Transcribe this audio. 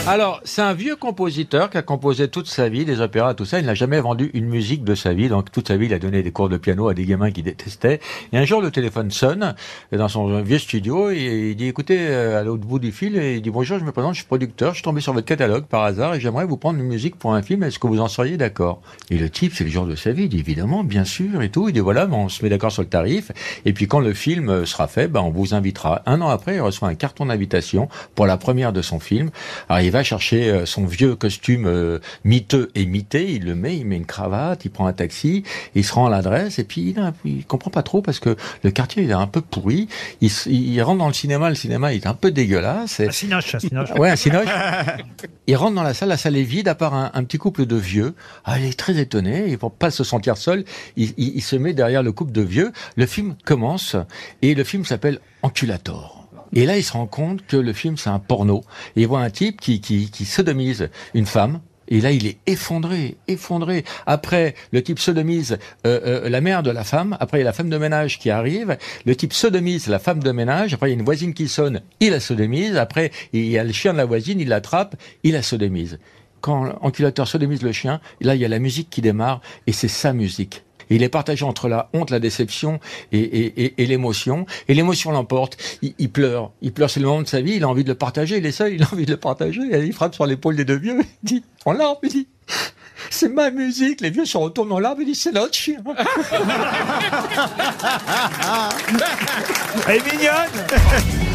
Alors, c'est un vieux compositeur qui a composé toute sa vie des opéras, tout ça. Il n'a jamais vendu une musique de sa vie. Donc, toute sa vie, il a donné des cours de piano à des gamins qui détestaient. Et un jour, le téléphone sonne dans son vieux studio et il dit, écoutez, à l'autre bout du fil, et il dit, bonjour, je me présente, je suis producteur, je suis tombé sur votre catalogue par hasard et j'aimerais vous prendre une musique pour un film. Est-ce que vous en seriez d'accord? Et le type, c'est le genre de sa vie. Il dit, évidemment, bien sûr, et tout. Il dit, voilà, ben, on se met d'accord sur le tarif. Et puis, quand le film sera fait, ben, on vous invitera. Un an après, il reçoit un carton d'invitation pour la première de son film. Alors, il va chercher son vieux costume miteux et mité, il le met, il met une cravate, il prend un taxi, il se rend à l'adresse et puis il comprend pas trop parce que le quartier il est un peu pourri. Il rentre dans le cinéma il est un peu dégueulasse. Un cinoche. Ouais, un cinoche. Il rentre dans la salle est vide à part un petit couple de vieux. Ah, il est très étonné, et pour pas se sentir seul, il se met derrière le couple de vieux. Le film commence et le film s'appelle Enculator. Et là, il se rend compte que le film, c'est un porno. Et il voit un type qui sodomise une femme. Et là, il est effondré. Après, le type sodomise la mère de la femme. Après, il y a la femme de ménage qui arrive. Le type sodomise la femme de ménage. Après, il y a une voisine qui sonne. Il la sodomise. Après, il y a le chien de la voisine. Il l'attrape. Il la sodomise. Quand Enculator sodomise le chien, là, il y a la musique qui démarre. Et c'est sa musique. Et il est partagé entre la honte, la déception et l'émotion. Et l'émotion l'emporte. Il pleure. C'est le moment de sa vie. Il a envie de le partager. Il est seul. Il a envie de le partager. Et il frappe sur l'épaule des deux vieux. Il dit, en larmes, il dit, c'est ma musique. Les vieux se retournent en larmes. Il dit, c'est notre chien. Elle est mignonne.